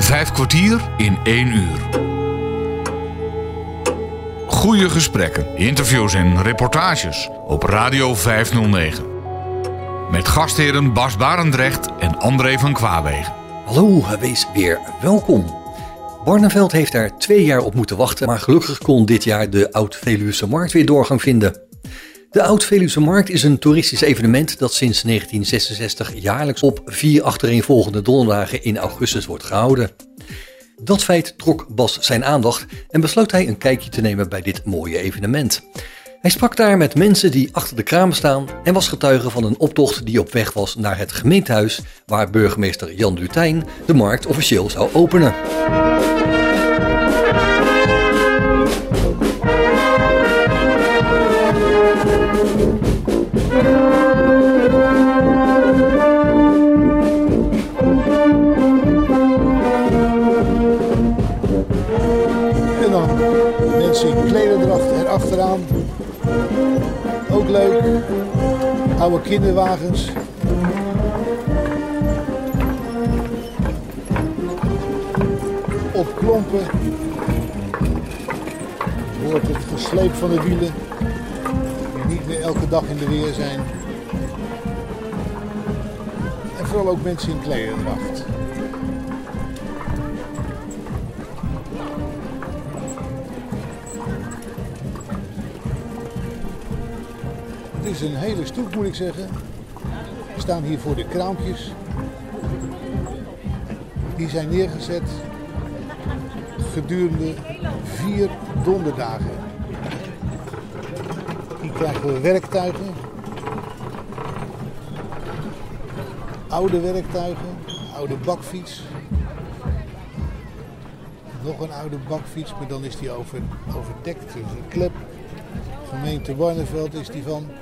5 kwartier in 1 uur. Goede gesprekken, interviews en reportages op Radio 509. Met gastheren Bas Barendrecht en André van Kwaabegen. Hallo, wees weer welkom. Barneveld heeft er 2 jaar op moeten wachten, maar gelukkig kon dit jaar de Oud-Veluwse Markt weer doorgang vinden. De Oud-Veluwse Markt is een toeristisch evenement dat sinds 1966 jaarlijks op 4 achtereenvolgende donderdagen in augustus wordt gehouden. Dat feit trok Bas zijn aandacht en besloot hij een kijkje te nemen bij dit mooie evenement. Hij sprak daar met mensen die achter de kramen staan en was getuige van een optocht die op weg was naar het gemeentehuis waar burgemeester Jan Lutijn de markt officieel zou openen. En dan mensen in klederdracht erachteraan. Ook leuk. Oude kinderwagens. Op klompen. Je hoort het gesleep van de wielen. Die niet meer elke dag in de weer zijn. En vooral ook mensen in klederdracht. Het is een hele stoet, moet ik zeggen. We staan hier voor de kraampjes. Die zijn neergezet gedurende 4 donderdagen. Hier krijgen we werktuigen. Oude werktuigen, oude bakfiets. Nog een oude bakfiets, maar dan is die overdekt. Dus een klep. Gemeente Barneveld is die van.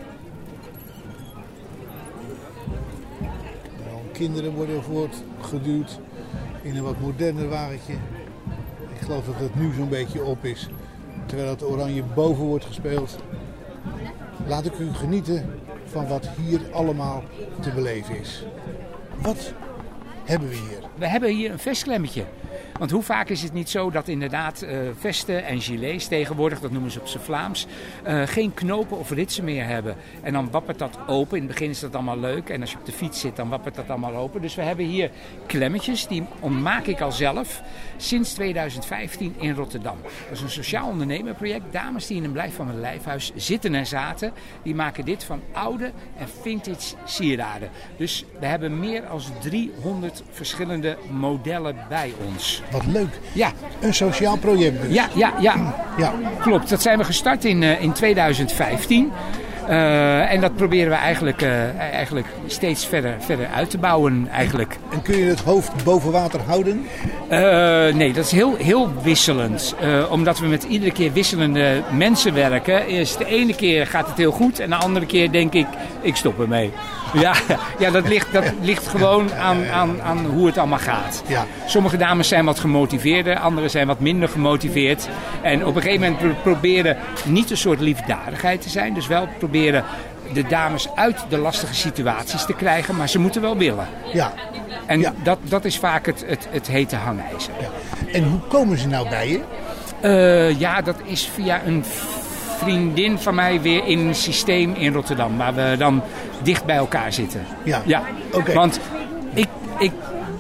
Kinderen worden voortgeduwd in een wat moderner wagentje. Ik geloof dat het nu zo'n beetje op is, terwijl het oranje boven wordt gespeeld. Laat ik u genieten van wat hier allemaal te beleven is. Wat hebben we hier? We hebben hier een vestklemmetje. Want hoe vaak is het niet zo dat inderdaad vesten en gilets tegenwoordig, dat noemen ze op zijn Vlaams, geen knopen of ritsen meer hebben. En dan wappert dat open. In het begin is dat allemaal leuk. En als je op de fiets zit, dan wappert dat allemaal open. Dus we hebben hier klemmetjes. Die maak ik al zelf sinds 2015 in Rotterdam. Dat is een sociaal ondernemerproject. Dames die in een Blijf van mijn Lijfhuis zitten en zaten, die maken dit van oude en vintage sieraden. Dus we hebben meer dan 300 verschillende modellen bij ons. Wat leuk. Ja. Een sociaal project dus. Ja. Klopt. Dat zijn we gestart in 2015. En dat proberen we eigenlijk steeds verder uit te bouwen eigenlijk. En kun je het hoofd boven water houden? Nee, dat is heel wisselend. Omdat we met iedere keer wisselende mensen werken. Is de ene keer gaat het heel goed en de andere keer denk ik stop ermee. Ja, dat ligt gewoon aan hoe het allemaal gaat. Ja. Sommige dames zijn wat gemotiveerder, andere zijn wat minder gemotiveerd. En op een gegeven moment proberen niet een soort liefdadigheid te zijn. Dus wel proberen de dames uit de lastige situaties te krijgen, maar ze moeten wel willen. Ja. En dat is vaak het hete hangijzer. Ja. En hoe komen ze nou bij je? Dat is via een vriendin van mij weer in een systeem in Rotterdam, waar we dan dicht bij elkaar zitten. Ja. Okay. Want ik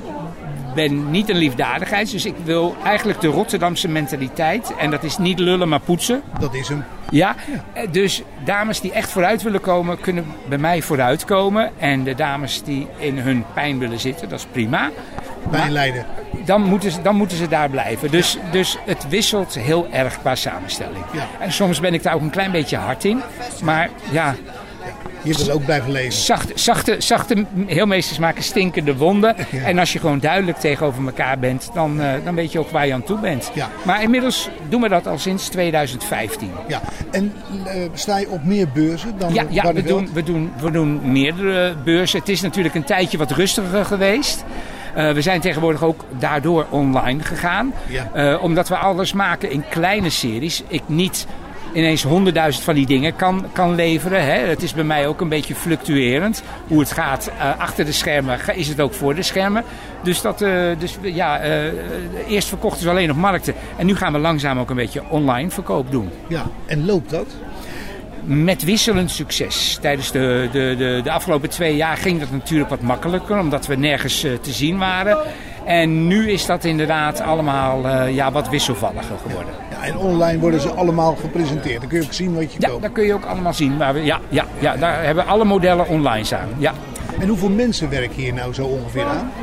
ben niet een liefdadigheid, dus ik wil eigenlijk de Rotterdamse mentaliteit. En dat is niet lullen, maar poetsen. Dat is hem. Ja, dus dames die echt vooruit willen komen, kunnen bij mij vooruitkomen. En de dames die in hun pijn willen zitten, dat is prima. Pijn lijden. Dan moeten ze daar blijven. Dus het wisselt heel erg qua samenstelling. Ja. En soms ben ik daar ook een klein beetje hard in. Maar ja. Je wil ook blijven leven. Zachte heelmeesters maken stinkende wonden. Ja. En als je gewoon duidelijk tegenover elkaar bent, dan weet je ook waar je aan toe bent. Ja. Maar inmiddels doen we dat al sinds 2015. Ja. En sta je op meer beurzen dan we doen meerdere beurzen. Het is natuurlijk een tijdje wat rustiger geweest. We zijn tegenwoordig ook daardoor online gegaan. Ja. Omdat we alles maken in kleine series. Ik niet ineens 100.000 van die dingen kan leveren. Hè. Het is bij mij ook een beetje fluctuerend. Hoe het gaat achter de schermen is het ook voor de schermen. Dus eerst verkochten we alleen op markten. En nu gaan we langzaam ook een beetje online verkoop doen. Ja, en loopt dat? Met wisselend succes. Tijdens de afgelopen 2 jaar ging dat natuurlijk wat makkelijker, omdat we nergens te zien waren. En nu is dat inderdaad allemaal wat wisselvalliger geworden. Ja, en online worden ze allemaal gepresenteerd. Dan kun je ook zien wat je koopt. Ja, dat kun je ook allemaal zien. Maar daar hebben alle modellen online staan. Ja. En hoeveel mensen werken hier nou zo ongeveer aan?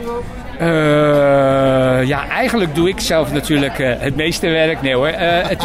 Eigenlijk doe ik zelf natuurlijk het meeste werk. Nee hoor.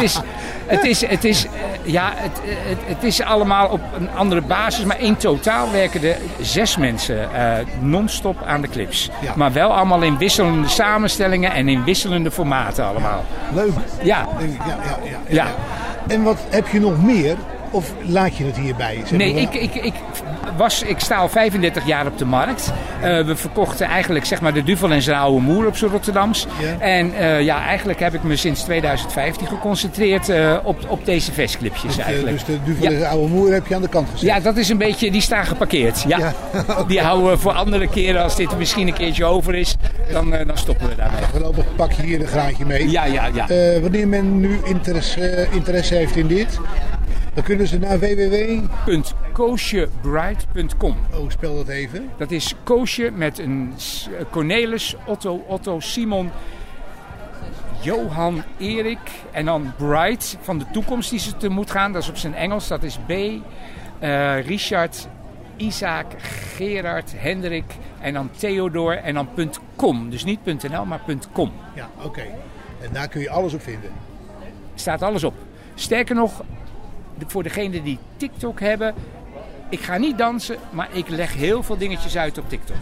Het is allemaal op een andere basis. Maar in totaal werken er 6 mensen non-stop aan de clips. Ja. Maar wel allemaal in wisselende samenstellingen en in wisselende formaten allemaal. Leuk. Ja. Ja. En wat heb je nog meer? Of laat je het hierbij? Nee, ik sta al 35 jaar op de markt. We verkochten eigenlijk zeg maar de Duvel en zijn oude moer op z'n Rotterdams. Ja. En eigenlijk heb ik me sinds 2015 geconcentreerd op deze vestclipjes eigenlijk. Dus de Duvel en zijn oude moer heb je aan de kant gezet? Ja, dat is een beetje, die staan geparkeerd. Ja. Okay. Die houden we voor andere keren als dit misschien een keertje over is. Dan stoppen we daarmee. Voorlopig pak je hier een graantje mee. Ja. Wanneer men nu interesse heeft in dit... Dan kunnen ze naar www.koosjebride.com. Oh, spel dat even. Dat is Koosje met een Cornelis, Otto, Simon, Johan, Erik en dan Bride van de toekomst die ze te moet gaan. Dat is op zijn Engels. Dat is B, Richard, Isaac, Gerard, Hendrik en dan Theodor en dan .com. Dus niet .nl, maar .com. Ja, oké. En daar kun je alles op vinden. Staat alles op. Sterker nog... Voor degenen die TikTok hebben, ik ga niet dansen, maar ik leg heel veel dingetjes uit op TikTok.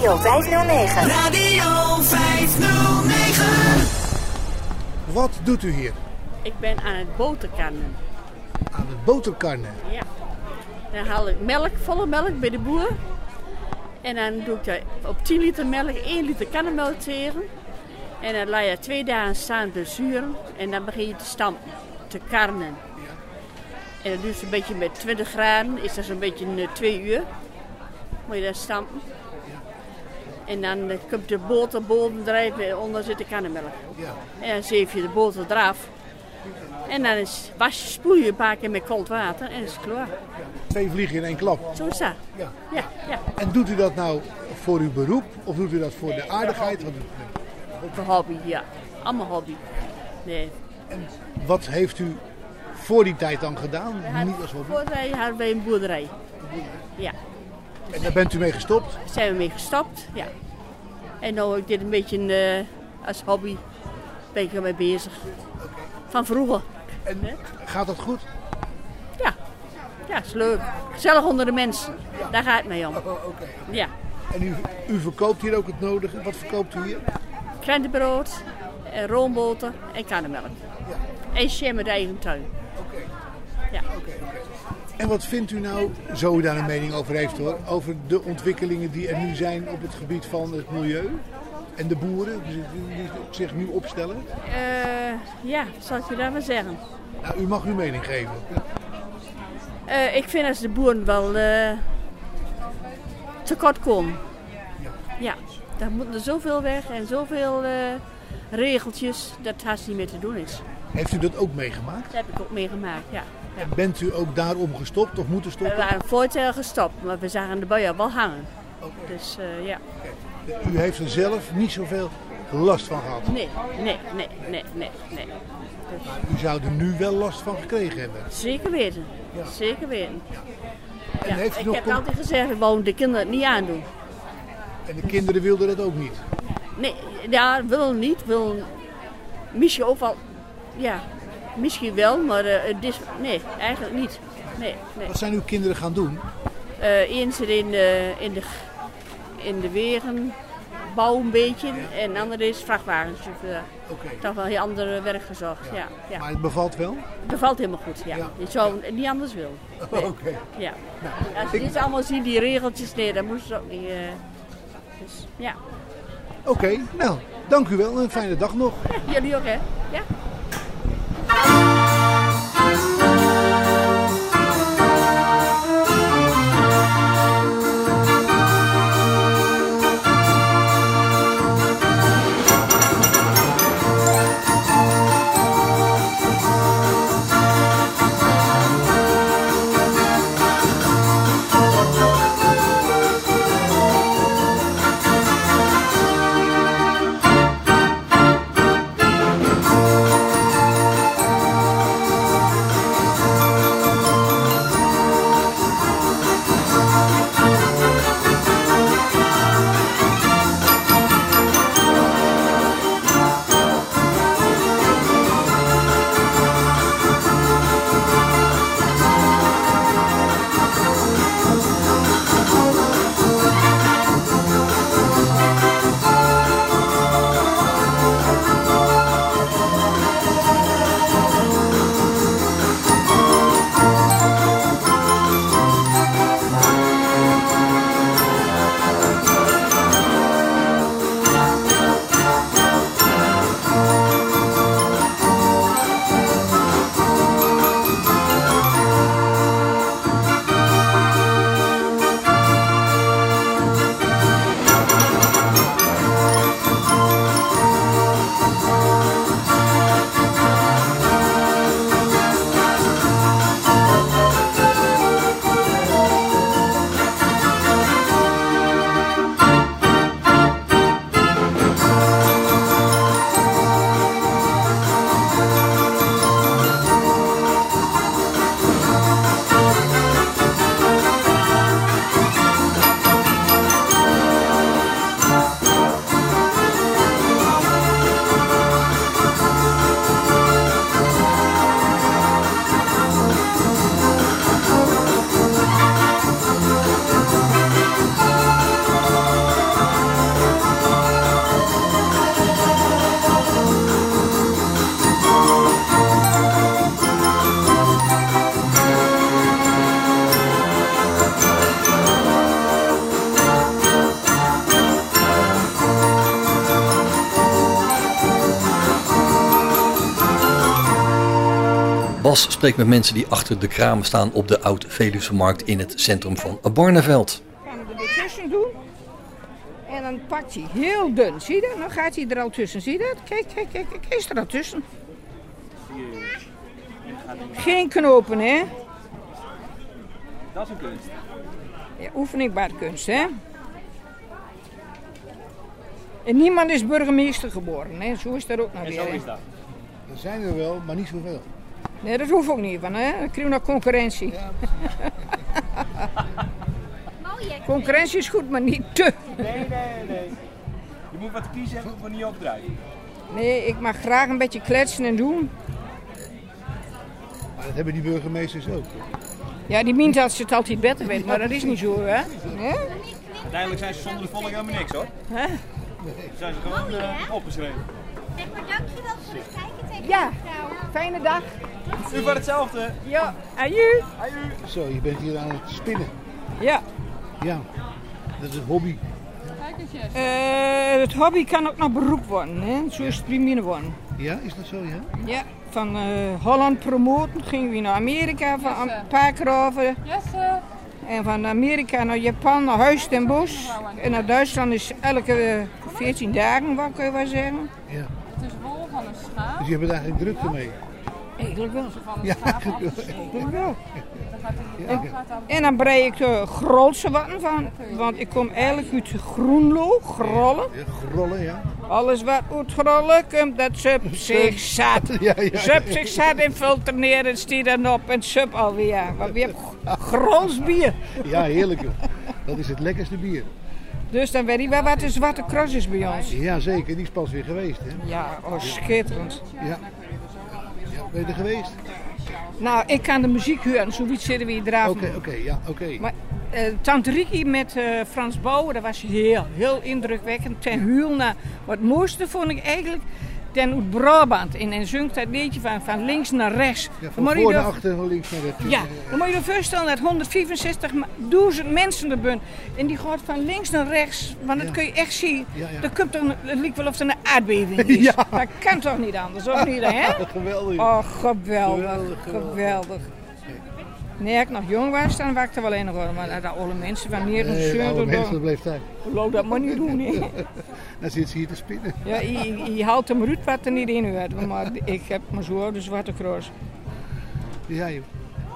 Radio 509. Radio 509. Wat doet u hier? Ik ben aan het boterkannen. Aan het boterkannen. Ja. Dan haal ik melk, volle melk bij de boer. En dan doe ik daar op 10 liter melk 1 liter kannenmelk tegen. En dan laat je 2 dagen staan te zuren. En dan begin je te stampen, te karnen. En dan doe je een beetje met 20 graden. Is dat zo'n beetje 2 uur. Moet je dat stampen. En dan komt de boterbodem eruit en onder zit de kannenmelk. En dan zeef je de boter eraf. En dan spoel je een paar keer met koud water en is het klaar. 2 vliegen in 1 klap. Zo is dat. Ja. Ja. En doet u dat nou voor uw beroep of doet u dat voor de aardigheid? Voor hobby, ja. Allemaal hobby. Nee. En wat heeft u voor die tijd dan gedaan? Niet als hobby. Voordat hadden wij een boerderij. Ja. En daar bent u mee gestopt? Daar zijn we mee gestopt, ja. En nu heb ik dit een beetje als hobby. Ben ik ermee bezig. Van vroeger. En gaat dat goed? Ja, is leuk. Gezellig onder de mensen. Daar gaat het mee om. Oké. Ja. En u verkoopt hier ook het nodige. Wat verkoopt u hier? Krentenbrood, roomboter en kannenmelk. Ja. En jam uit eigen tuin. Oké. Ja. En wat vindt u nou, zo u daar een mening over heeft hoor, over de ontwikkelingen die er nu zijn op het gebied van het milieu en de boeren die zich nu opstellen? Ja, zal ik je daar maar zeggen. Nou, u mag uw mening geven. Ik vind dat de boeren wel tekort komen. Ja, daar moeten er zoveel weg en zoveel regeltjes dat haast niet meer te doen is. Heeft u dat ook meegemaakt? Dat heb ik ook meegemaakt, ja. En bent u ook daarom gestopt of moeten stoppen? We waren voortaan gestopt, maar we zagen de buien wel hangen. Dus ja. U heeft er zelf niet zoveel last van gehad? Nee. U zou er nu wel last van gekregen hebben? Zeker weten. Ja. Zeker weten. En Ja, heeft u ik nog heb altijd gezegd, we wouden de kinderen het niet aandoen. En de kinderen wilden dat ook niet? Nee, ja, willen niet. Misschien ook wel, ja, misschien wel, maar nee, eigenlijk niet. Nee. Wat zijn uw kinderen gaan doen? Eén zit in de wegen, bouw een beetje, en de andere is vrachtwagenchauffeur. Oké. Toch wel heel ander werk gezocht, ja. Maar het bevalt wel? Het bevalt helemaal goed, ja. Ja. Je zou het niet anders willen. Nee. Oké. Ja. Als je dit allemaal ziet, die regeltjes, nee, dat moest ook niet. Dus, ja. Oké, nou, dank u wel en een fijne dag nog. Jullie ook, hè? Ja. Bas spreekt met mensen die achter de kramen staan op de Oud-Veluwse Markt in het centrum van Barneveld. Gaan we er weer tussen doen. En dan pakt hij heel dun. Zie je dat? Dan gaat hij er al tussen. Zie je dat? Kijk. Hij is er al tussen. Geen knopen, hè? Dat is een kunst. Ja, oefeningbaar kunst, hè? En niemand is burgemeester geboren, hè? Zo is dat ook nog En weer. zo Hè? is dat. Er zijn er wel, maar niet zoveel. Nee, dat hoeft ook niet van, hè? Dan krijg je nog concurrentie. Ja, Concurrentie is goed, maar niet te. Nee. Je moet wat kiezen en moet maar niet opdrijven. Nee, ik mag graag een beetje kletsen en doen. maar dat hebben die burgemeesters ook. Ja, die mint dat ze het altijd beter weet, maar dat is niet zo, hè? Nee? Uiteindelijk zijn ze zonder de volk helemaal niks hoor. Hè? Dan zijn ze gewoon opgeschreven. Zeg maar dankjewel voor het kijken tegen Ja, mevrouw. fijne dag. U voor hetzelfde. Ja, aju. Zo, je bent hier aan het spinnen. Ja, Ja, dat is een hobby. het hobby kan ook nog beroep worden, hè? Zo is het primine worden. Ja, is dat zo, ja? Ja, van Holland promoten gingen we naar Amerika van een paar keer over. En van Amerika naar Japan, naar Huis ten Bosch. En naar Duitsland is elke 14 dagen, wat kun je wel zeggen. Ja. Het is wol van een schaap. Dus je hebt er eigenlijk druk ermee. Eigenlijk wel. Van een Ja, schaap eigenlijk wel. afgesneden. Eigenlijk wel. Dan gaat hij En dan brei ik de grolse watten van, want ik kom eigenlijk uit Groenlo, Grollen. Ja, grollen, ja. Alles wat uit Grollen komt, dat sup zich zat. Ja. Sup zich zat en filter neer en stier dan op en sup alweer. Want we hebben Grols bier. Ja, heerlijk. Joh. Dat is het lekkerste bier. Dus dan weet je wel wat de Zwarte Cross is bij ons. Ja, zeker. Die is pas weer geweest, hè? Ja, oh, schitterend. Ja. Ja, ben je er geweest? Nou, ik kan de muziek horen, zoiets zitten we hier draven. Oké. Maar Tante Riki met Frans Bauer, dat was heel indrukwekkend. Ten huil naar, wat het mooiste vond ik eigenlijk, ten uit Brabant. En zingt dat liedje van links naar rechts. Ja, Dan van moet je voor er- naar achter, van links naar rechts. Ja, dan moet je je voorstellen dat 164.000 mensen er zijn. En die gaat van links naar rechts, want dat Ja. kun je echt zien. Ja. Dan komt er, het lijkt wel of er een aardbeving is. Ja. Dat kan toch niet anders, of niet, hè? Geweldig. Oh, geweldig. Geweldig. Nee, ik nog jong was, dan was ik er wel een hoor. Maar dat alle mensen van meer dan Nee, oude 70, mensen, dat blijft tijd. geloof dat maar niet doen. Hè. Dan zit ze hier te spinnen. Ja, je haalt hem uit wat er niet in uit. Maar ik heb maar zo de Zwarte Cross. Ja, joh.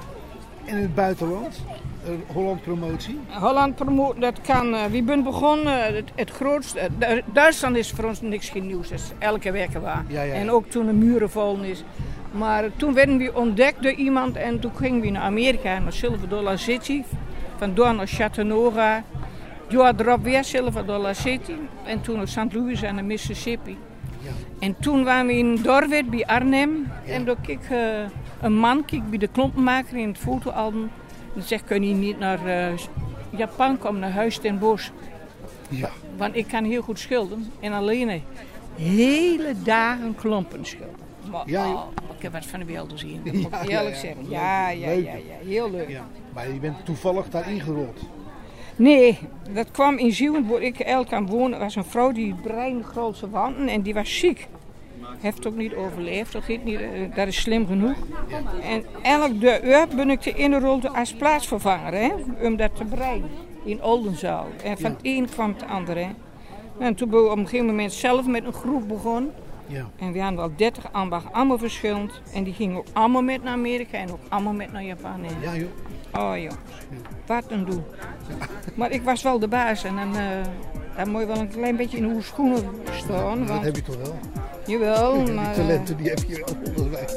En in het buitenland? Holland promotie? Holland promoten, dat kan. Wie bent begonnen? Het grootste. Duitsland is voor ons niks geen nieuws. Dat is elke week waar. Ja. En ook toen de muren vallen is. Maar toen werden we ontdekt door iemand en toen gingen we naar Amerika, naar Silver Dollar City. Vandoor naar Chattanooga. Ja, erop weer Silver Dollar City. En toen naar St. Louis en naar Mississippi. Ja. En toen waren we in Dorwerd bij Arnhem. Ja. En toen keek een man bij de klompenmaker in het fotoalbum. En zegt, kun je niet naar Japan komen, naar Huis ten Bosch? Ja. Want ik kan heel goed schilderen. En alleen hele dagen klompen schilderen. Maar, Ja, joh. ik heb wat van de wereld gezien. Dat Ja, moet ik ja, eerlijk ja. zeggen. Leuk. Ja, Leuk. heel leuk. Ja. Maar je bent toevallig daar ingerold. Nee, dat kwam in Zieuwend, waar ik elk aan woonde. Er was een vrouw die brein grootse wanden en die was ziek. Heeft ook niet overleefd, dat, niet, dat is slim genoeg. En elk uur ben ik te inrolde als plaatsvervanger, hè, om dat te breien in Oldenzaal. En van het een kwam het andere. Hè. En toen ben ik op een gegeven moment zelf met een groep begonnen. Ja. En we hadden wel 30 ambachten, allemaal verschillend. En die gingen ook allemaal met naar Amerika en ook allemaal met naar Japan. Hè. Ja, joh. Oh joh, wat een doel. Maar ik was wel de baas en dan moet je wel een klein beetje in uw schoenen staan. Dat Want, heb je toch wel? jawel, Die maar talenten die heb je wel volgens mij.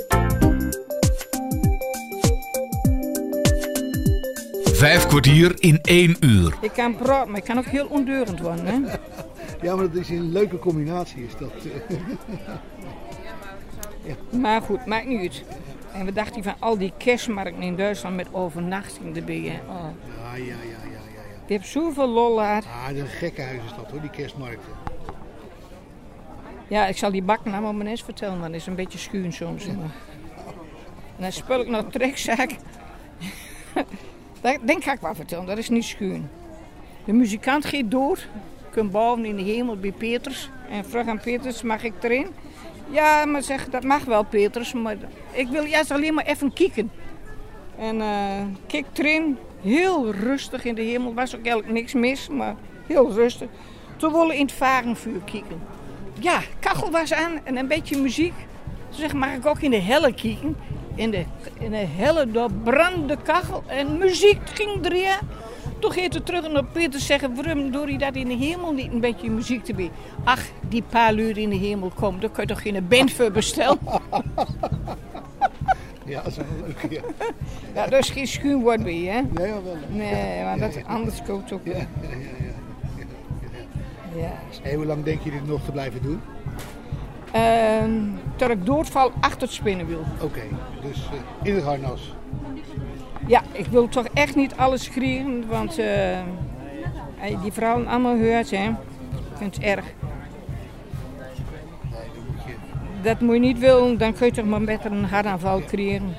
5 kwartier in 1 uur. ik kan praten, maar ik kan ook heel ondeurend worden. Hè? Ja, maar dat is een leuke combinatie. Is dat, Maar goed, maakt niet uit. En we dachten van al die kerstmarkten in Duitsland met overnachting erbij. Hè. Oh. Ja. Je hebt zoveel lol gehad. Ah, een gekkenhuis is dat hoor, die kerstmarkten. Ja, ik zal die baknaam op mijn eens vertellen, want dat is een beetje schuin soms. Maar. En dan speel ik nog trekzak. Dat ga ik wel vertellen, dat is niet schuin. De muzikant gaat door, komt boven in de hemel bij Peters. En vraagt aan Peters, mag ik erin? Ja, maar zeg, dat mag wel, Petrus. Maar ik wil juist alleen maar even kijken. En kijk erin, heel rustig in de hemel. Was ook eigenlijk niks mis, maar heel rustig. Toen willen we in het varenvuur kijken. Ja, kachel was aan en een beetje muziek. Toen zeg, mag ik ook in de helle kijken? In de helle, door brandde kachel en muziek ging draaien. Toen ging hij terug naar Peter zeggen, waarom doe je dat in de hemel niet een beetje muziek te bij? Ach, die paar uur in de hemel komt, daar kun je toch geen band voor bestellen? Ja, dat is wel leuk, ja. Ja, dat is geen schuw woord bij, hè? Nee, wel. Nee, maar dat anders komt ook. Ja. En hoe lang denk je dit nog te blijven doen? Tot ik doodval achter het spinnenwiel. Oké, dus in het harnas. Ja, ik wil toch echt niet alles schreeuwen, want als je die vrouwen allemaal hoort, hè, ik vind het erg. Nee, dan moet je... Dat moet je niet willen, dan kun je toch maar met een hartaanval creëren.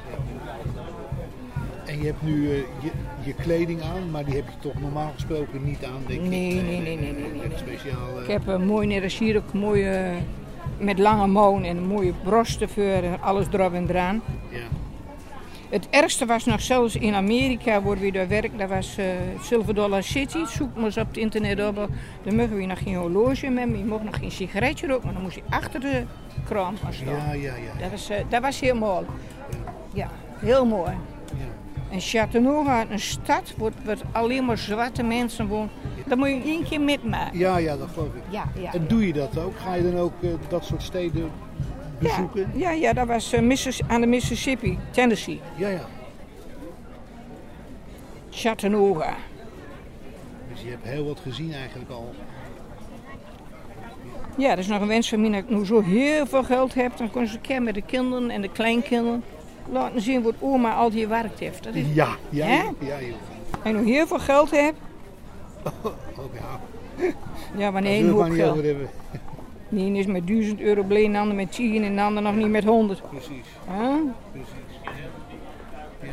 En je hebt nu je kleding aan, maar die heb je toch normaal gesproken niet aan, denk ik? Nee. Speciaal, Ik heb een mooi, net als hier ook mooi, met lange mouwen en een mooie borsten voor en alles erop en eraan. Ja. Het ergste was nog zelfs in Amerika, waar we daar werken, dat was Silver Dollar City. Zoek maar eens op het internet op. Dan mogen we nog geen horloge met me, je mocht nog geen sigaretje roken, maar dan moest je achter de kraam gaan staan. Ja. Dat was heel mooi. Ja, heel mooi. Ja. En Chattanooga, een stad waar alleen maar zwarte mensen wonen, daar moet je één keer metmaken. Ja, dat geloof ik. Ja. En doe je dat ook? Ga je dan ook dat soort steden bezoeken? Ja, dat was aan de Mississippi, Tennessee. Ja. Chattanooga. Dus je hebt heel wat gezien eigenlijk al. Ja, dat is nog een wens van mij dat ik nu zo heel veel geld heb. Dan kon ze een keer met de kinderen en de kleinkinderen laten zien wat oma al die gewerkt heeft. Dat is... Ja, joh. Als je nu heel veel geld hebt. Ja, maar nee, hoop geld. Over hebben. De een is met €1000 blij, een ander met 10 en de ander nog niet met 100. Precies. Huh? Precies. Ja.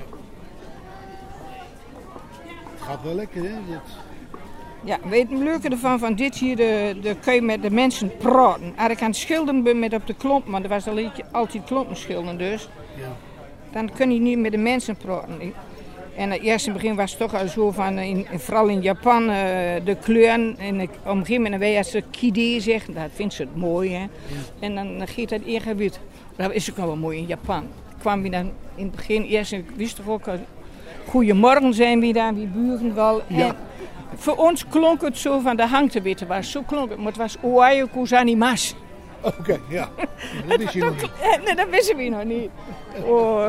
Het gaat wel lekker, hè? Ja, weet je het leuke ervan van dit hier, de kun je met de mensen praten. Als ik aan het schilderen ben met op de klomp, maar er was altijd klompen schilderen dus. Ja. Dan kun je niet met de mensen praten. En het eerste begin was het toch al zo van, vooral in Japan, de kleuren. En op een gegeven moment, wij als ze kide zeggen, dat vindt ze het mooi. Hè? Ja. En dan gaat dat ingewikkeld. Dat is ook nog wel mooi in Japan. Kwam we dan in het begin eerst, ik wist toch ook, goedemorgen zijn we daar, wie buren wel. Ja. En voor ons klonk het zo van de hang te weten was. Zo klonk het, maar het was ohayo gozaimasu. Oké, ja. Dat wist je nog niet. Nee, dat wisten we nog niet. Oh.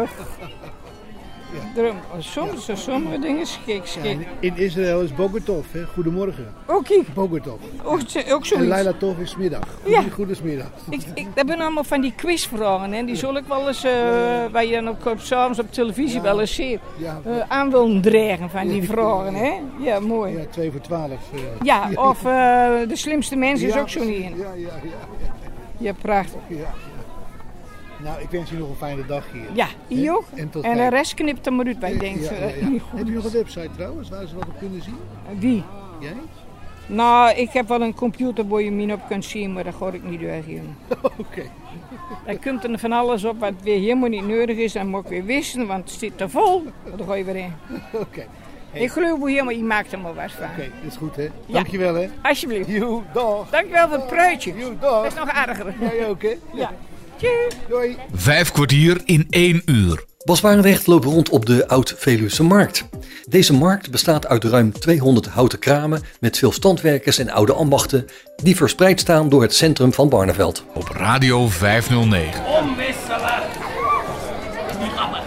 Ja. Sommige dingen schik. Ja, in Israël is Bogertov, hè? Goedemorgen. Oké. Bogertov. Ook zoiets. En Leila Tov is middag. Goedemiddag. Dat zijn allemaal van die quizvragen. Hè? Die zal ik wel eens, waar je dan ook s'avonds op televisie wel eens ziet, aan willen dragen van die vragen. Hè? Ja, mooi. Ja, 2 voor 12. Ja, of de slimste mens is ook zo niet in. Ja, prachtig. Ja. Nou, ik wens je nog een fijne dag hier. Ja, hier ook. En de rest knipt er maar uit bij, denk ik. Heb je nog een website trouwens, waar ze wat op kunnen zien? Wie? Jij? Nou, ik heb wel een computer waar je me op kunt zien, maar dat ga ik niet doorgeven. Oké. Er komt er van alles op wat weer helemaal niet nodig is. En moet ik weer wisselen, want het zit te vol. Dan ga je weer in. Oké. Hey. Ik geloof wel helemaal, je maakt er maar wat van. Oké, dat is goed hè. Dankjewel hè. Alsjeblieft. Joe, dag. Dankjewel voor het pruitje. Joe, dag. Dat is nog aardiger. Jij ook hè. Ja. Tjie. Doei. 5 kwartier in 1 uur. Bas Barendrecht loopt rond op de Oud-Veluwse Markt. Deze markt bestaat uit ruim 200 houten kramen met veel standwerkers en oude ambachten die verspreid staan door het centrum van Barneveld. Op Radio 509. Omwisselen! Niet grappig.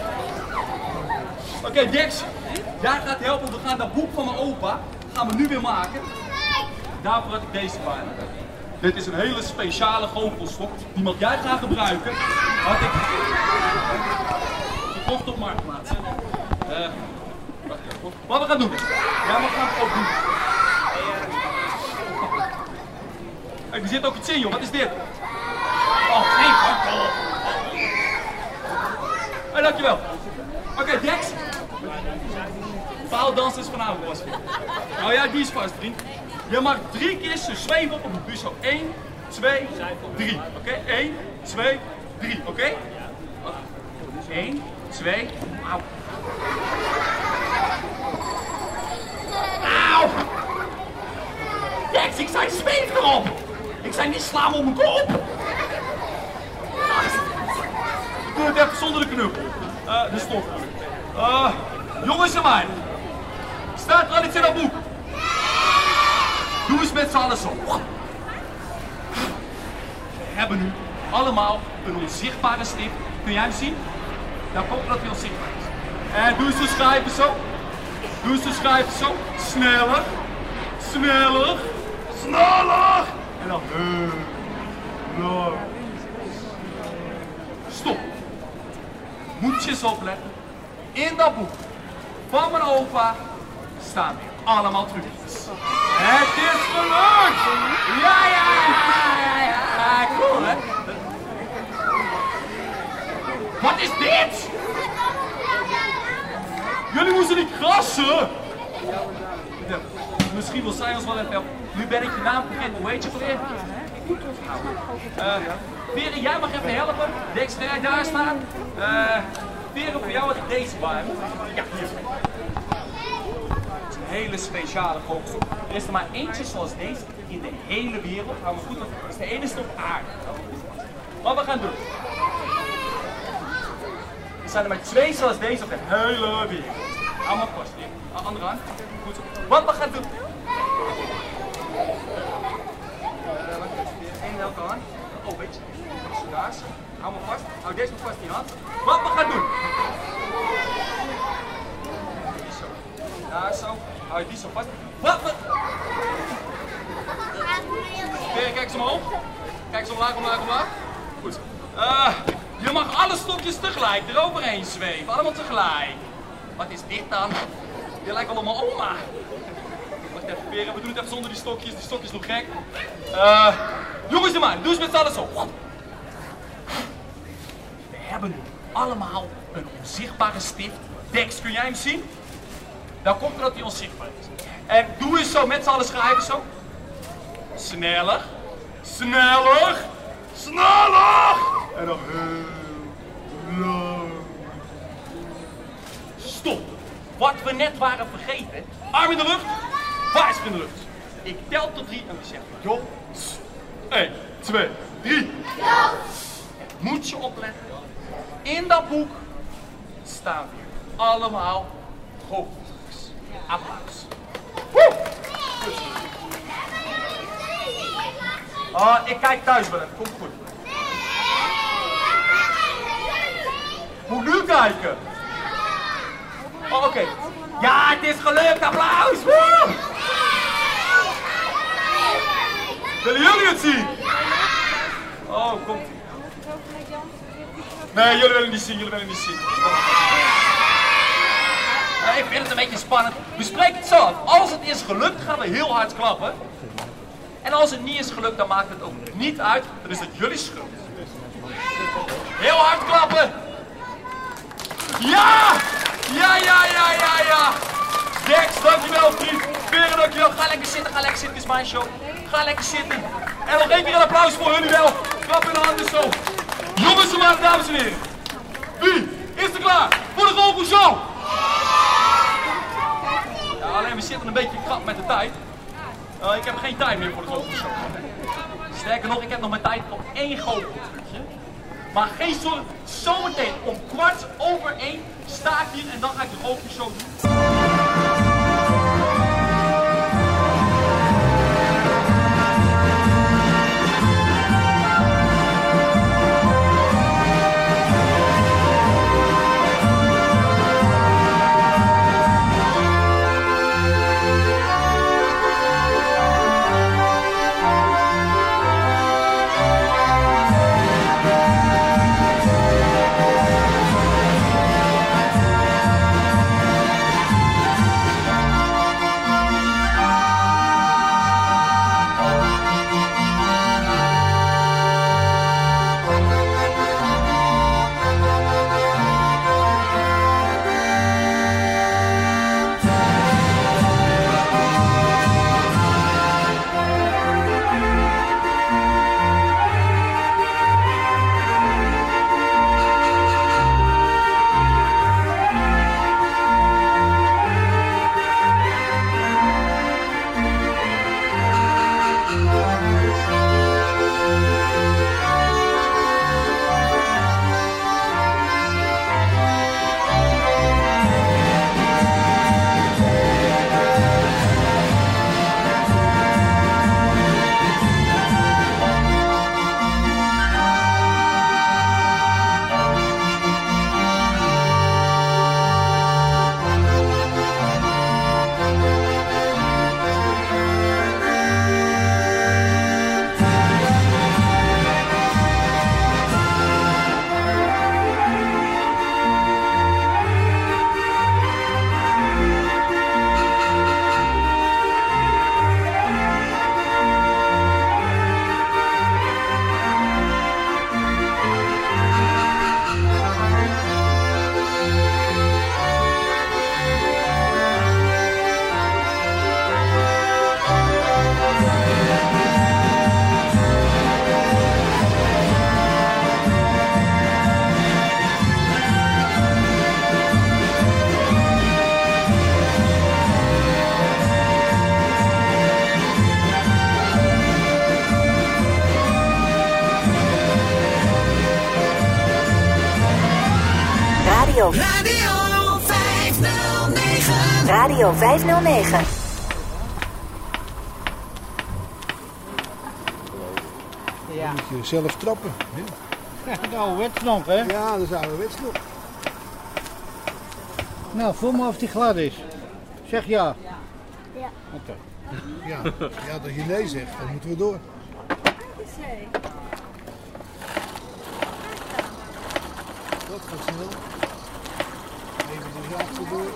Oké, Dix, jij gaat helpen. We gaan dat boek van mijn opa gaan we nu weer maken. Daarvoor had ik deze bij me. Dit is een hele speciale goochelstok. Die mag jij gaan gebruiken. Had ik gekocht op Marktplaats. Wat we gaan doen? Ja, we gaan het ook doen. Hey, er zit ook iets in, joh. Wat is dit? Oh, nee, hoor. Hey, dankjewel. Oké, Dex. Paaldans is vanavond, was. Nou ja, die is vast, vriend. Je mag 3 keer zo zweven op een bus. 1, 2, 3. Oké, 1, 2, 3. Oké? 1, 2, auw. Auw! Dex, ik zei zweef erop! Ik zei niet sla me op mijn kop! Ik doe het even zonder de knuppel. De stof. Jongens en meiden. Staat er al iets in dat boek? Doe eens met z'n allen zo. We hebben nu allemaal een onzichtbare stift. Kun jij hem zien? Nou, komt dat hij onzichtbaar is. En doe eens zo schrijven zo. Doe eens zo schrijven zo. Sneller. Sneller. Sneller. En dan heel. Stop. Moet je eens opletten. In dat boek van mijn opa staan weer allemaal trucjes. Het is gelukt! Ja, cool hè? Wat is dit? Jullie moesten niet krassen! Misschien wil zij ons wel even helpen. Nu ben ik je naam vergeten. Hoe heet je alweer? Veren, jij mag even helpen. Dex, jij daar staan. Veren, voor jou had ik deze bij me. Ja, hier. Het is een hele speciale vogelstok. Er is er maar eentje zoals deze in de hele wereld. Hou me goed op. Het is de enige op aarde. Wat we gaan doen. Er zijn er maar 2 zoals deze op de hele wereld. Hou maar vast. Andere hand. Goed zo. Wat we gaan doen. Eén elke hand. Oh, weet je. Daar. Hou me vast. Hou deze maar vast in je hand. Wat we gaan doen. Zo. Daar zo. Hou je die zo vast. Wat we... Kijk eens omhoog. Kijk eens omlaag, omlaag, omlaag. Goed. Je mag alle stokjes tegelijk eroverheen zweven. Allemaal tegelijk. Wat is dit dan? Je lijkt wel op mijn oma. Wacht even, Peren. We doen het even zonder die stokjes. Die stokjes nog gek. Jongens en meiden, doe eens met z'n allen zo. We hebben nu allemaal een onzichtbare stift. Dex, kun jij hem zien? Dan komt er dat hij onzichtbaar is. En doe eens zo met z'n allen schrijven zo. Sneller. Sneller. Sneller. En dan heel lang. Stop. Wat we net waren vergeten. Arm in de lucht. Vuist in de lucht. Ik tel tot 3 en we zeggen jongens. 1, 2, 3. Moet je opletten. In dat boek staan weer allemaal hoofdtrucs. Applaus. Woe! Ik kijk thuis wel even. Komt goed. Moet nu kijken. Oh, oké. Ja, het is gelukt. Applaus. Woe! Willen jullie het zien? Oh, komt ie. Nee, jullie willen niet zien. Jullie willen niet zien. Ik vind het een beetje spannend. Bespreek het zelf. Als het is gelukt, gaan we heel hard klappen. En als het niet is gelukt, dan maakt het ook niet uit. Dan is het jullie schuld. Heel hard klappen. Ja! Ja! Dex, dankjewel vriend. Peren, dankjewel. Ga lekker zitten, Het is mijn show. Ga lekker zitten. En nog één keer een applaus voor jullie wel. Klap in de handen zo. Jongens en meiden, dames en heren. Wie is er klaar voor de Google-show? Ja, alleen we zitten een beetje krap met de tijd. Ik heb geen tijd meer voor de Google-show. Sterker nog, ik heb nog mijn tijd voor 1 Google-trucje. Maar geen zorg, zometeen om 1:15 sta ik hier en dan ga ik de Google-show doen. Radio 509. Radio 509. Ja. Dan moet je zelf trappen. Ja, de ouderwets nog, hè? Ja, dat is ouderwets nog. Nou, voel maar of die glad is. Zeg ja. Ja. Oké. Ja, dat je nee zegt, dan moeten we door. Dat gaat snel. Even de zaak erdoor.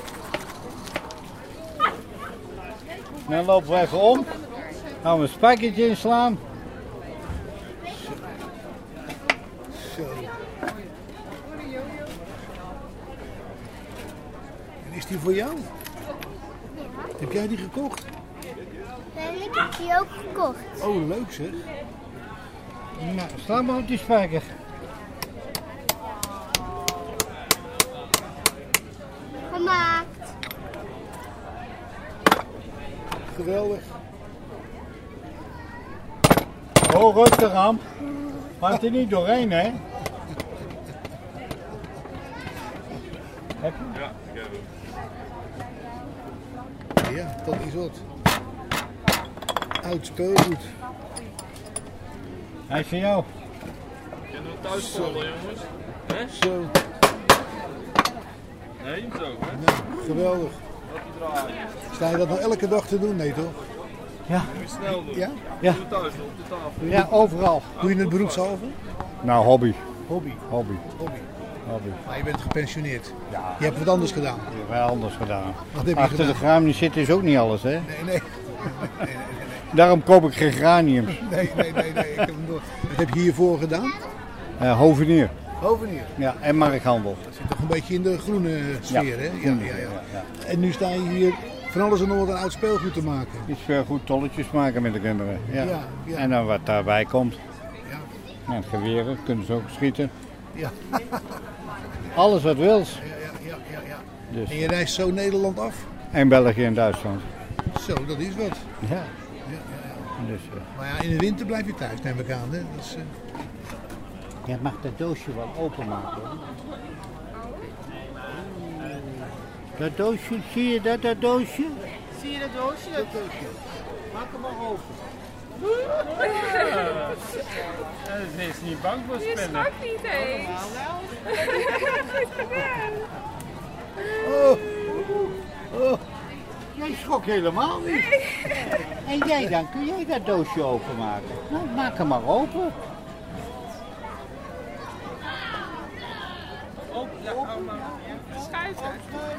Dan lopen we even om. Gaan we een spijkertje inslaan. Zo. En is die voor jou? Heb jij die gekocht? Nee, ik heb die ook gekocht. Oh, leuk zeg. Nou, sla maar op die spijker. Gemaakt. Geweldig. Oh, rustig aan. Maakt er niet doorheen, hè? Heb je? Ja, ik heb hem. Ja, dat is wat. Oud speelgoed. Hij is van jou. Kunnen we thuis vallen, jongens? Hè? Zo. Nee, zo, hè? Nou, geweldig. Sta je dat nou elke dag te doen? Nee toch? Ja. Moet je snel doen. Ja? Ja. Doe het thuis op de tafel. Ja, overal. Doe je het beroepshalve? Nou, hobby. Hobby. Hobby. Hobby. Hobby. Maar je bent gepensioneerd. Ja. Je hebt wat anders gedaan. Ik heb wel anders gedaan. Wat heb je Achter gedaan? de granium zit is ook niet alles, hè? Nee. Daarom koop ik geen graniums. Nee. Ik heb hem door. Wat heb je hiervoor gedaan? Hovenier. Hovenier. Ja, en markthandel. Dat zit toch een beetje in de groene sfeer, hè? Ja. En nu sta je hier van alles en nog wat een oud speelgoed te maken. Iets goed tolletjes maken met de kinderen. Ja. Ja. En dan wat daarbij komt. Ja. Met geweren kunnen ze ook schieten. Ja. Alles wat wils. Ja. Dus. En je reist zo Nederland af? En België en Duitsland. Zo, dat is wat. Ja. Ja. Dus, Maar ja, in de winter blijf je thuis, neem ik aan. Hè? Dat is, jij mag dat doosje wel openmaken. Hoor. Dat doosje, zie je dat doosje? Zie je dat doosje? Dat doosje. Maak hem maar open. Ze is niet bang voor spinnen. Je schrok niet eens. Goed gedaan. Oh. Jij schrok helemaal niet. En jij dan, kun jij dat doosje openmaken? Nou, maak hem maar open. Schuiven.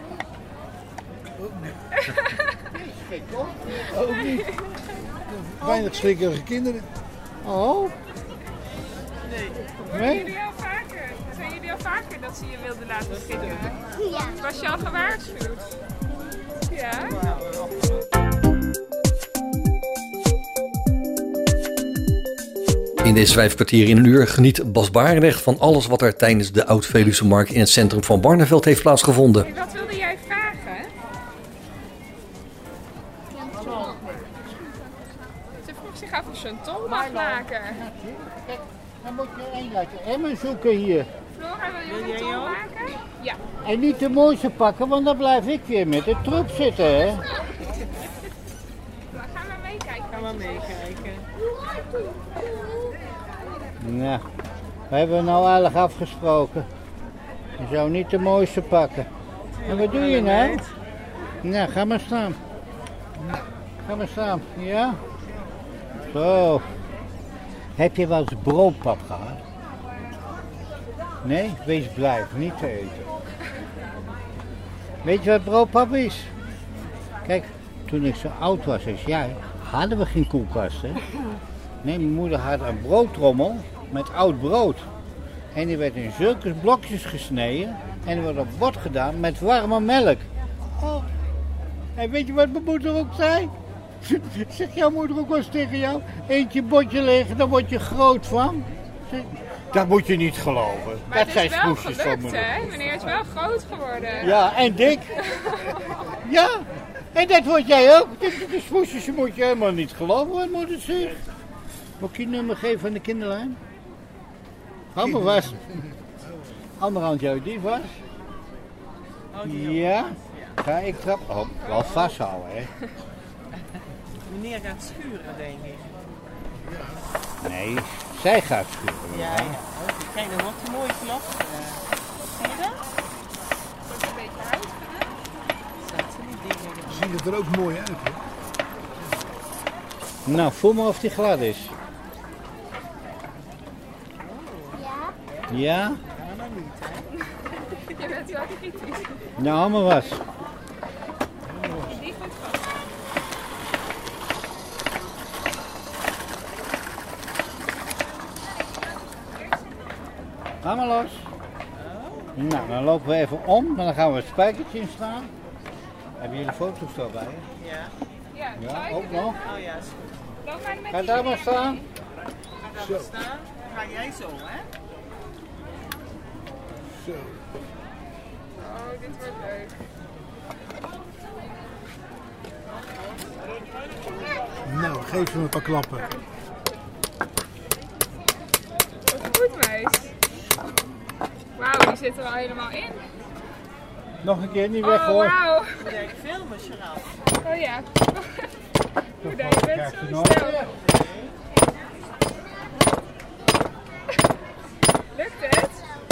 ook niet. Weinig schrikkerige kinderen. Oh? Nee? Zijn jullie al vaker dat ze je wilden laten schrikken? Ja. Was je al gewaarschuwd? Ja? In deze 5 kwartier in een uur geniet Bas Barendrecht van alles wat er tijdens de Oud-Veluwse Markt in het centrum van Barneveld heeft plaatsgevonden. Hey, wat wilde jij vragen? Ze vroeg zich af of ze een tol mag maken. Kijk, dan moet je één laten emmen zoeken hier. Flora, wil je een tol maken? Ja. En niet de mooiste pakken, want dan blijf ik weer met de truck zitten, hè? Ga maar meekijken. Ga maar meekijken. Nou, we hebben nou eigenlijk afgesproken. Je zou niet de mooiste pakken. En wat doe je nou? Nou, ga maar staan. Ga maar staan, ja? Zo. Heb je wel eens broodpap gehad? Nee? Wees blij, niet te eten. Weet je wat broodpap is? Kijk, toen ik zo oud was als jij, hadden we geen koelkast, hè? Nee, mijn moeder had een broodtrommel met oud brood. En die werd in zulke blokjes gesneden en die werd op bord gedaan met warme melk. Oh. En weet je wat mijn moeder ook zei? Zegt jouw moeder ook wel eens tegen jou? Eentje botje liggen, daar word je groot van. Dat moet je niet geloven. Maar dat het zijn is wel smoesjes van gelukt, moeder. hè? Meneer is wel groot geworden. Ja, en dik. Ja, en dat word jij ook. De smoesjes moet je helemaal niet geloven, wat moeder zegt. Moet ik je nummer geven van de kinderlijn? Ga maar vast. Andere hand jou die vast. Ja, ga ik trap op. Wel vasthouden, hè. Meneer gaat schuren, denk ik. Nee, zij gaat schuren. Ja. Kijk, dat wordt een mooie knop. Zie je dat? Wordt een beetje huid. Ziet het er ook mooi uit, hè? Nou, voel maar of die glad is. Ja? Ja? Je bent wel kritisch. Nou, maar was. Die goed vast. Ga maar los. Nou, dan lopen we even om, maar dan gaan we het spijkertje inslaan. Hebben jullie foto's erbij? Ja. Ja, ook nog. Oh ja. Ga daar maar staan. Ga daar maar staan. Ga jij zo, hè? Zo. Oh, dit wordt leuk. Nou, geef hem een paar klappen. Wat goed, meis. Wauw, die zit er al helemaal in. Nog een keer, niet weg hoor. Oh, wauw. Moet jij filmen, Gerard? Oh ja. Hoe dat je bent zo snel. Lukt het?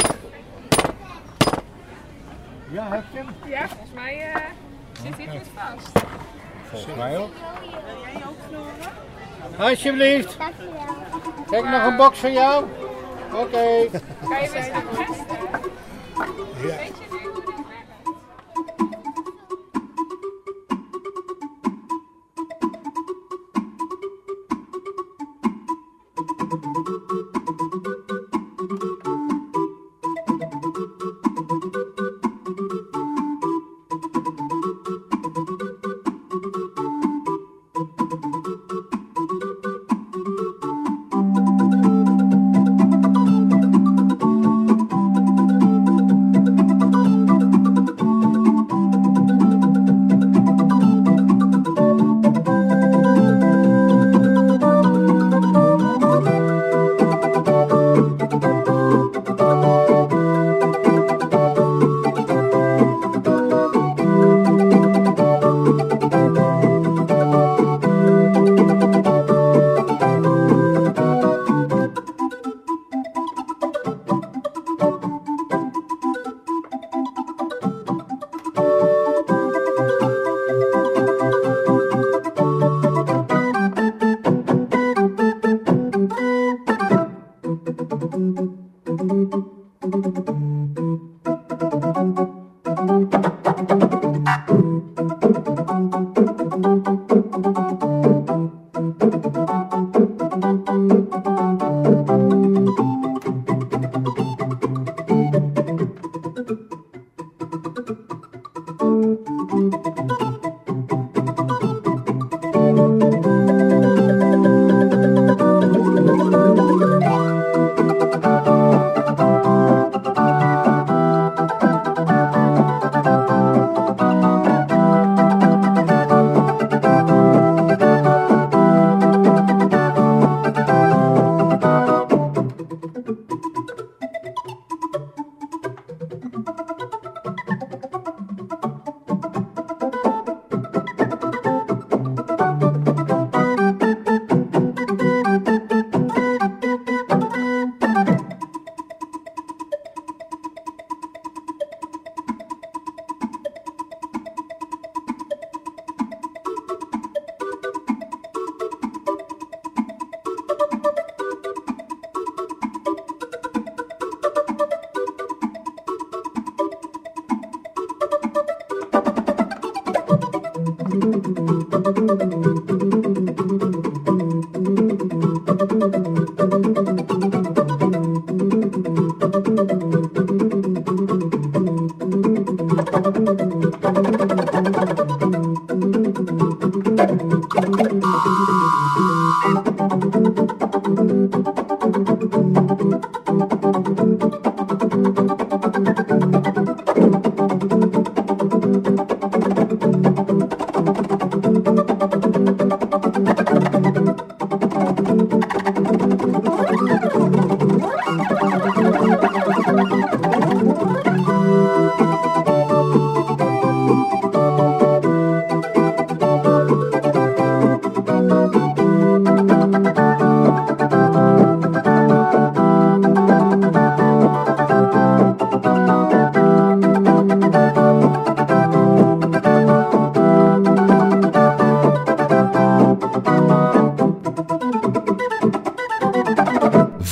Ja, heb je hem? Ja, volgens mij zit hij goed vast. Volgens mij ook. Wil jij ook filmen? Alsjeblieft. Dankjewel. Kijk, nog een box van jou. Oké. Kan je best even testen? Ja. Weet je nu hoe dit werkt?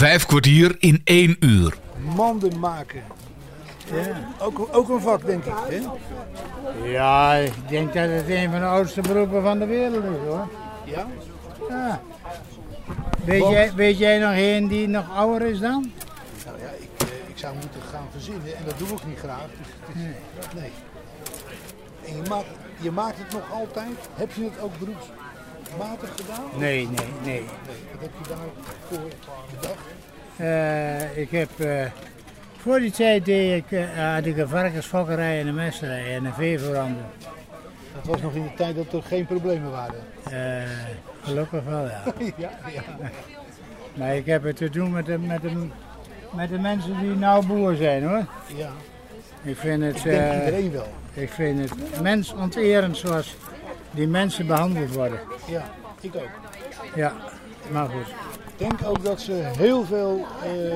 5 kwartier in 1 uur. Manden maken. Ja. Ook een vak, denk ik. Hè? Ja, ik denk dat het een van de oudste beroepen van de wereld is, hoor. Ja? Ja. Weet jij nog een die nog ouder is dan? Nou ja, ik zou moeten gaan verzinnen en dat doe ik niet graag. Dus nee. En je maakt het nog altijd. Heb je het ook beroepsmatig gedaan? Nee. Wat heb je daarvoor bedacht? Ik heb... voor die tijd had ik een varkensfokkerij en een mesterij en een veeverandering. Dat was nog in de tijd dat er geen problemen waren? Gelukkig wel, ja. ja. Maar ik heb het te doen met de mensen die nou boer zijn, hoor. Ja. Ik denk iedereen wel. Ik vind het mensonterend zoals die mensen behandeld worden. Ja, ik ook. Ja, maar goed. Ik denk ook dat er heel veel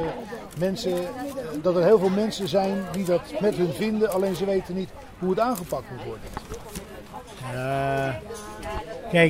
mensen zijn die dat met hun vinden, alleen ze weten niet hoe het aangepakt moet worden. Kijk,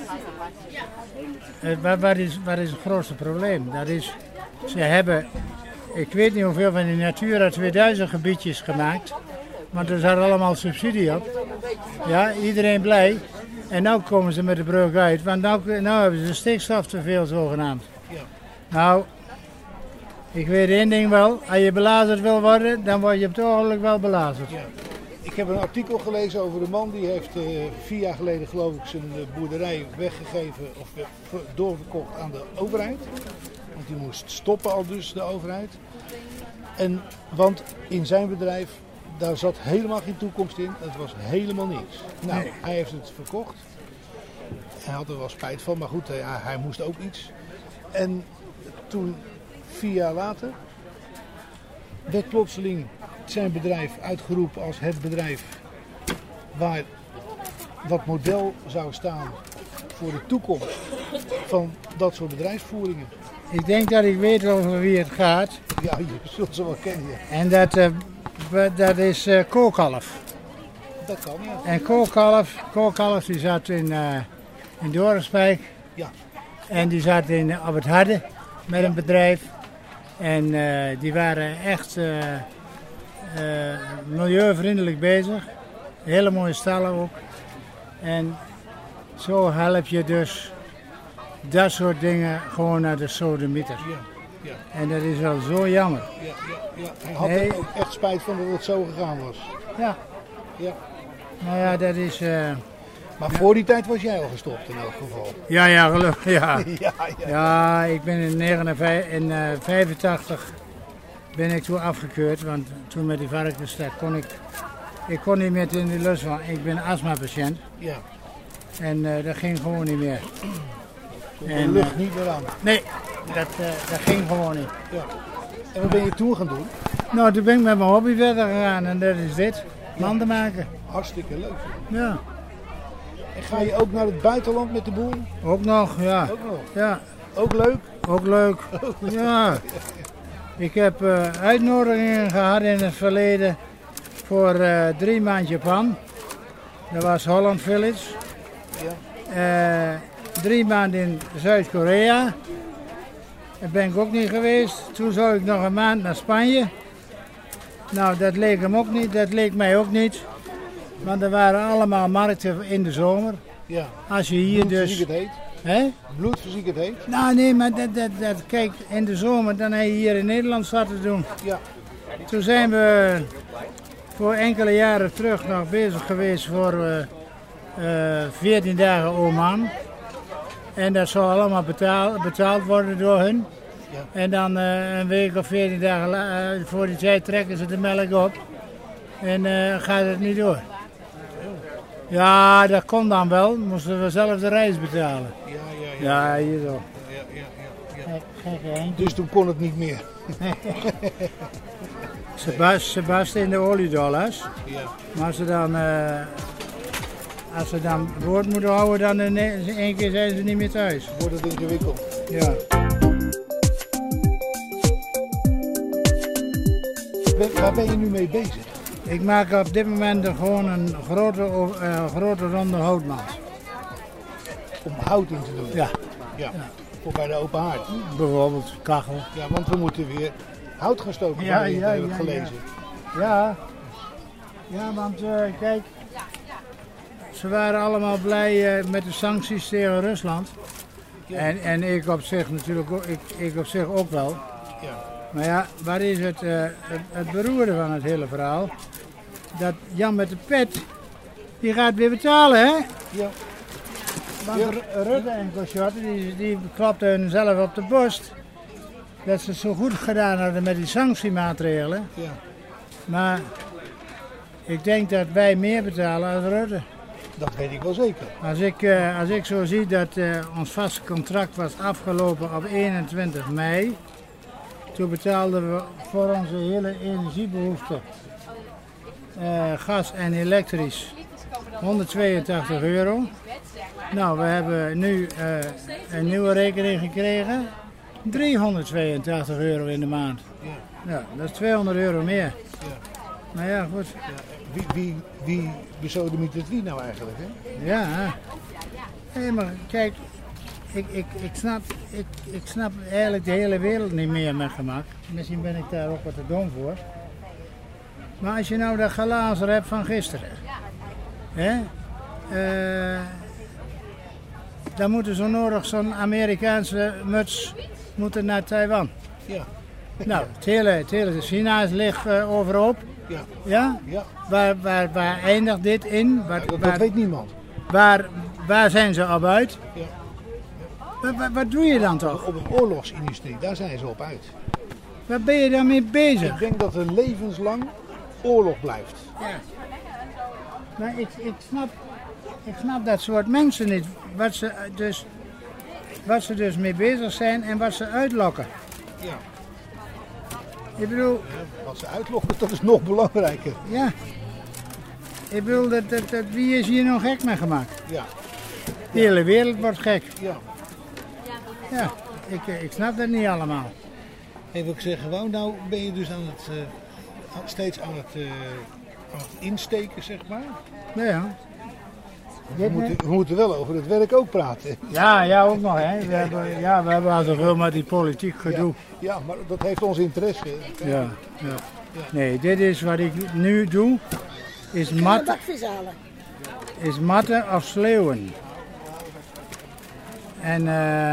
wat is het grootste probleem? Dat is, ze hebben, ik weet niet hoeveel van die Natura 2000 gebiedjes gemaakt, want er zat allemaal subsidie op. Ja, iedereen blij. En nu komen ze met de brug uit, want nu hebben ze stikstof te veel zogenaamd. Ja. Nou, ik weet één ding wel, als je belazerd wil worden, dan word je op het ogenblik wel belazerd. Ja. Ik heb een artikel gelezen over een man die heeft 4 jaar geleden geloof ik zijn boerderij weggegeven of doorverkocht aan de overheid. Want die moest stoppen al dus, de overheid. Want in zijn bedrijf, daar zat helemaal geen toekomst in. Het was helemaal niks. Nou, hij heeft het verkocht. Hij had er wel spijt van, maar goed, hij moest ook iets. En toen, 4 jaar later, werd plotseling zijn bedrijf uitgeroepen als het bedrijf waar dat model zou staan voor de toekomst van dat soort bedrijfsvoeringen. Ik denk dat ik weet over wie het gaat. Ja, je zult ze wel kennen. Ja. En dat is Kookalf. Dat kan, ja. En Kookalf die zat in Dorenspijk. Ja. En die zat op het Harde met een bedrijf. En die waren echt milieuvriendelijk bezig. Hele mooie stallen ook. En zo help je dus dat soort dingen gewoon naar de sodemieter. Ja. En dat is wel zo jammer. Ja. Hij had er ook echt spijt van dat het zo gegaan was. Ja. Nou ja, dat is... Maar voor die tijd was jij al gestopt in elk geval. Ja, gelukkig. Ja. Ja, ik ben in 1985 ben ik toen afgekeurd, want toen met die varkens ik kon niet meer in de lus van. Ik ben astmapatiënt. Ja. En dat ging gewoon niet meer. De lucht niet meer aan. Nee, dat ging gewoon niet. Ja. En wat ben je toen gaan doen? Nou, toen ben ik met mijn hobby verder gegaan en dat is dit. Manden maken. Hartstikke leuk. Ja. En ga je ook naar het buitenland met de boer? Ook nog, ja. Ook nog? Ja. Ook leuk? Ook leuk, ja. Ik heb uitnodigingen gehad in het verleden voor 3 maanden Japan. Dat was Holland Village. Ja. 3 maanden in Zuid-Korea. Daar ben ik ook niet geweest. Toen zou ik nog een maand naar Spanje. Nou, dat leek hem ook niet. Dat leek mij ook niet. Want er waren allemaal markten in de zomer. Ja. Als je hier Bloedverziekerd dus... heet. Hè? Bloedverziekerd heet. Nou nee, maar kijk, in de zomer dan heb je hier in Nederland wat te doen. Ja. Toen zijn we voor enkele jaren terug nog bezig geweest voor 14 dagen Oman. En dat zou allemaal betaald worden door hun. Ja. En dan een week of 14 dagen voor die tijd trekken ze de melk op. En gaat het niet door. Ja, dat kon dan wel. Moesten we zelf de reis betalen. Ja, hier zo. Ja. Dus toen kon het niet meer. Ze barsten in de oliedollars. Ja. Maar als ze dan woord moeten houden, dan in één keer zijn ze niet meer thuis. Wordt het ingewikkeld. Ja. Waar ben je nu mee bezig? Ik maak op dit moment gewoon een grote ronde houtmand. Om hout in te doen? Ja. Ja. Voor bij de open haard. Bijvoorbeeld kachel. Ja, want we moeten weer hout gaan stoken. Dat heb ik gelezen. Ja, want kijk, ze waren allemaal blij met de sancties tegen Rusland. Ja. En ik op zich natuurlijk ook, ik op zich ook wel. Ja. Maar ja, wat is het beroerde van het hele verhaal? Dat Jan met de pet, die gaat weer betalen, hè? Ja. Want Rutte en Kosjotte, die klapten hun zelf op de borst. Dat ze het zo goed gedaan hadden met die sanctiemaatregelen. Ja. Maar ik denk dat wij meer betalen als Rutte. Dat weet ik wel zeker. Als ik zo zie dat ons vaste contract was afgelopen op 21 mei. Toen betaalden we voor onze hele energiebehoeften, gas en elektrisch, €182. Nou, we hebben nu een nieuwe rekening gekregen. €382 in de maand. Ja, dat is €200 meer. Ja. Nou ja, goed. Ja. Wie besodemiet het wie nou eigenlijk, hè? Ja. Hé, maar kijk, ik snap eigenlijk de hele wereld niet meer met gemak. Misschien ben ik daar ook wat te dom voor. Maar als je nou dat glazer hebt van gisteren, hè? Dan moet er zo nodig zo'n Amerikaanse muts naar Taiwan. Ja. Nou, het hele China ligt overhoop. Ja. Ja? Ja. Waar eindigt dit in? Dat weet niemand. Waar zijn ze op uit? Ja. Wat doe je dan toch? Op de oorlogsindustrie, daar zijn ze op uit. Waar ben je daarmee bezig? Ik denk dat er levenslang oorlog blijft. Ja. Maar ik snap dat soort mensen niet. Wat ze dus mee bezig zijn en wat ze uitlokken. Ja. Ik bedoel... Ja, wat ze uitlokken, dat is nog belangrijker. Ja. Ik bedoel, wie is hier nou gek mee gemaakt? Ja. De hele wereld wordt gek. Ja. Ja, ik snap dat niet allemaal. Even wat ik zeg, gewoon nou ben je dus steeds aan het insteken, zeg maar. Ja. We moeten wel over het werk ook praten. Ja, ook nog. Hè. We hebben al zoveel met die politiek gedoe. Ja, maar dat heeft ons interesse. Ja. Nee, dit is wat ik nu doe. Is matten of sleeuwen. En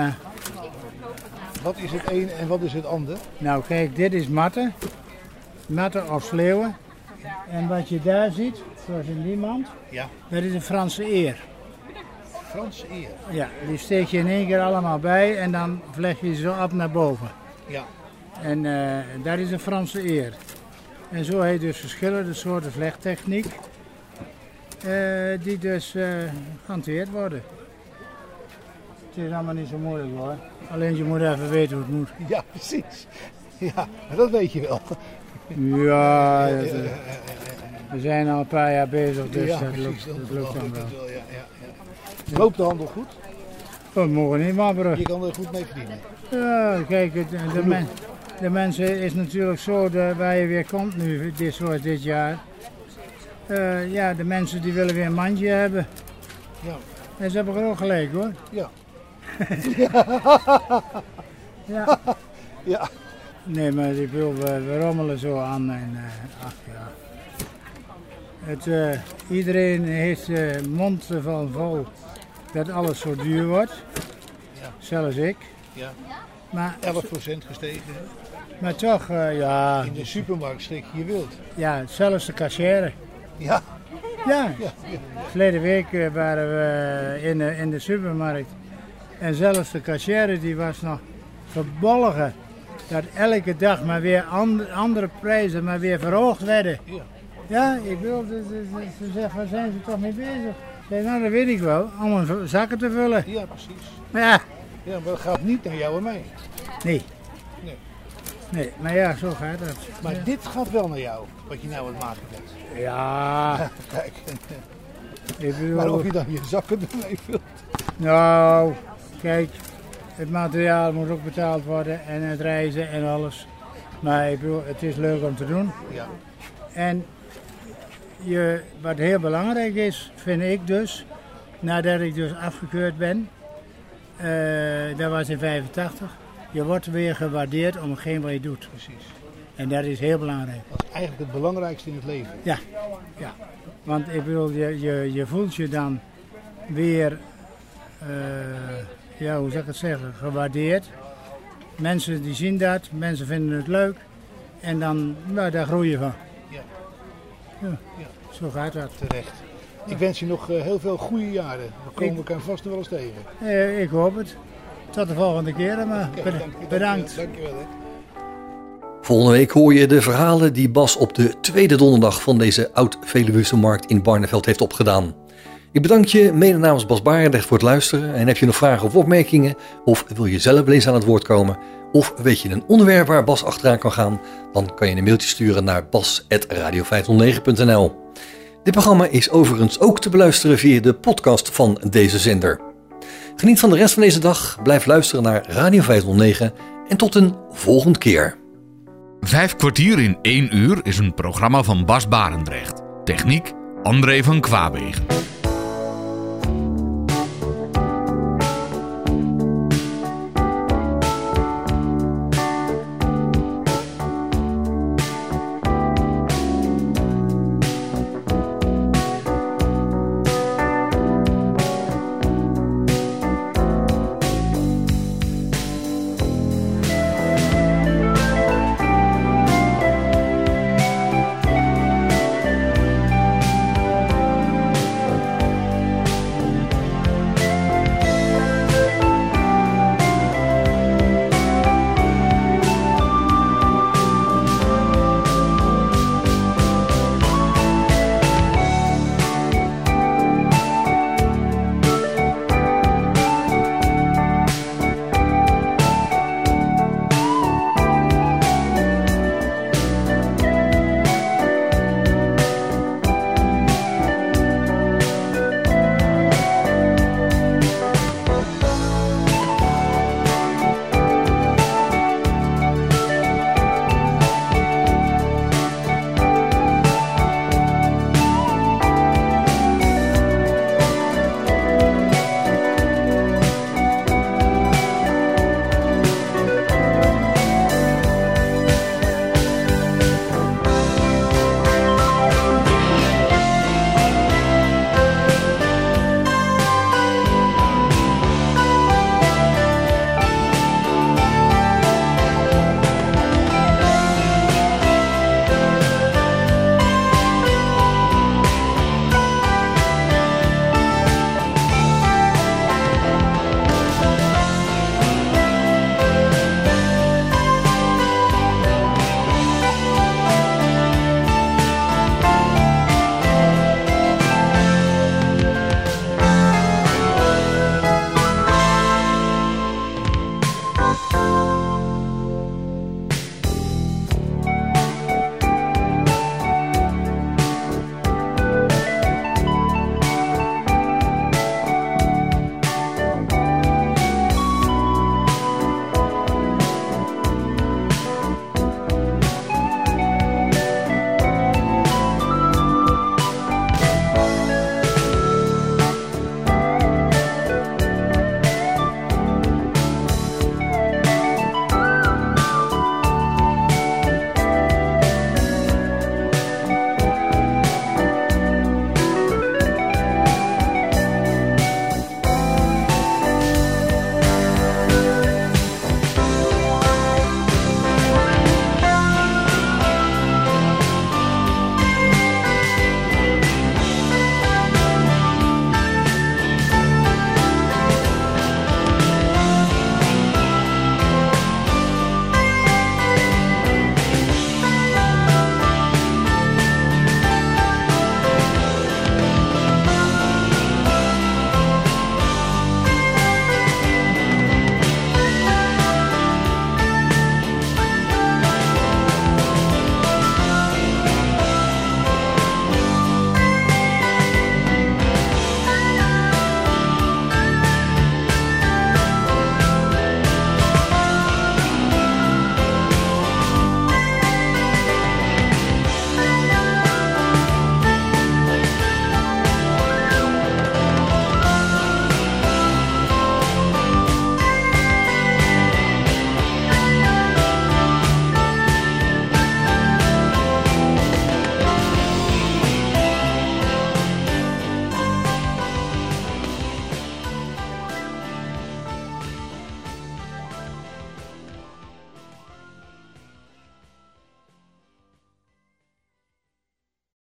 wat is het een en wat is het ander? Nou kijk, dit is matten. Matten of sleeuwen. En wat je daar ziet, zoals in die mand, dat is een Franse eer. Franse eer? Ja, die steek je in één keer allemaal bij en dan vleg je ze op naar boven. Ja. En dat is een Franse eer. En zo heb je dus verschillende soorten vlegtechniek die dus gehanteerd worden. Het is allemaal niet zo moeilijk hoor. Alleen je moet even weten hoe het moet. Ja, precies. Ja, dat weet je wel. Ja, we zijn al een paar jaar bezig, dus ja, dat precies, lukt dan wel. Ja. Loopt de handel goed? We mogen niet wabberen. Je kan er goed mee verdienen. Ja, kijk, de mensen is natuurlijk zo waar je weer komt nu, dit jaar. Ja, de mensen die willen weer een mandje hebben. Ja. En ze hebben er ook gelijk hoor. Ja. Ja. Ja. Nee, maar ik wil, we rommelen zo aan en ach ja. Iedereen heeft mond van vol dat alles zo duur wordt. Ja. Zelfs ik. Ja. Maar 11% gestegen. Maar toch, ja. In de supermarkt schrik je wild. Ja, zelfs de cashier. Ja. Ja. Verleden week waren we in de supermarkt. En zelfs de cashier die was nog verbolgen. Dat elke dag maar weer andere prijzen maar weer verhoogd werden. Ja. Ja, ik wil, ze zeggen, waar zijn ze toch mee bezig? Ik zei, nou dat weet ik wel, om een zakken te vullen. Ja, precies. Ja. Ja, maar dat gaat niet naar jou en mij. Nee. Nee, maar ja, zo gaat dat. Maar ja. dit gaat wel naar jou, wat je nou aan het maken bent. Ja. Kijk. Ik bedoel, maar of je dan je zakken ermee vult. Nou, kijk, het materiaal moet ook betaald worden en het reizen en alles. Maar ik bedoel, het is leuk om te doen. Ja. En wat heel belangrijk is, vind ik dus, nadat ik dus afgekeurd ben, Dat was in 85. Je wordt weer gewaardeerd om hetgeen wat je doet. Precies. En dat is heel belangrijk. Dat is eigenlijk het belangrijkste in het leven. Ja. Want ik bedoel, je voelt je dan weer, hoe zou ik het zeggen, gewaardeerd. Mensen die zien dat, mensen vinden het leuk. En dan, daar groei je van. Ja. Zo gaat dat. Terecht. Ik wens je nog heel veel goede jaren. We komen elkaar vast nog wel eens tegen. Ik hoop het. Tot de volgende keer, maar bedankt. Dankjewel. Volgende week hoor je de verhalen die Bas op de tweede donderdag van deze Oud-Veluwse Markt in Barneveld heeft opgedaan. Ik bedank je mede namens Bas Barendrecht voor het luisteren. En heb je nog vragen of opmerkingen, of wil je zelf wel eens aan het woord komen, of weet je een onderwerp waar Bas achteraan kan gaan, dan kan je een mailtje sturen naar bas@radio509.nl. Dit programma is overigens ook te beluisteren via de podcast van deze zender. Geniet van de rest van deze dag, blijf luisteren naar Radio 509 en tot een volgende keer. 5 kwartier in 1 uur is een programma van Bas Barendrecht. Techniek André van Kwaabegen.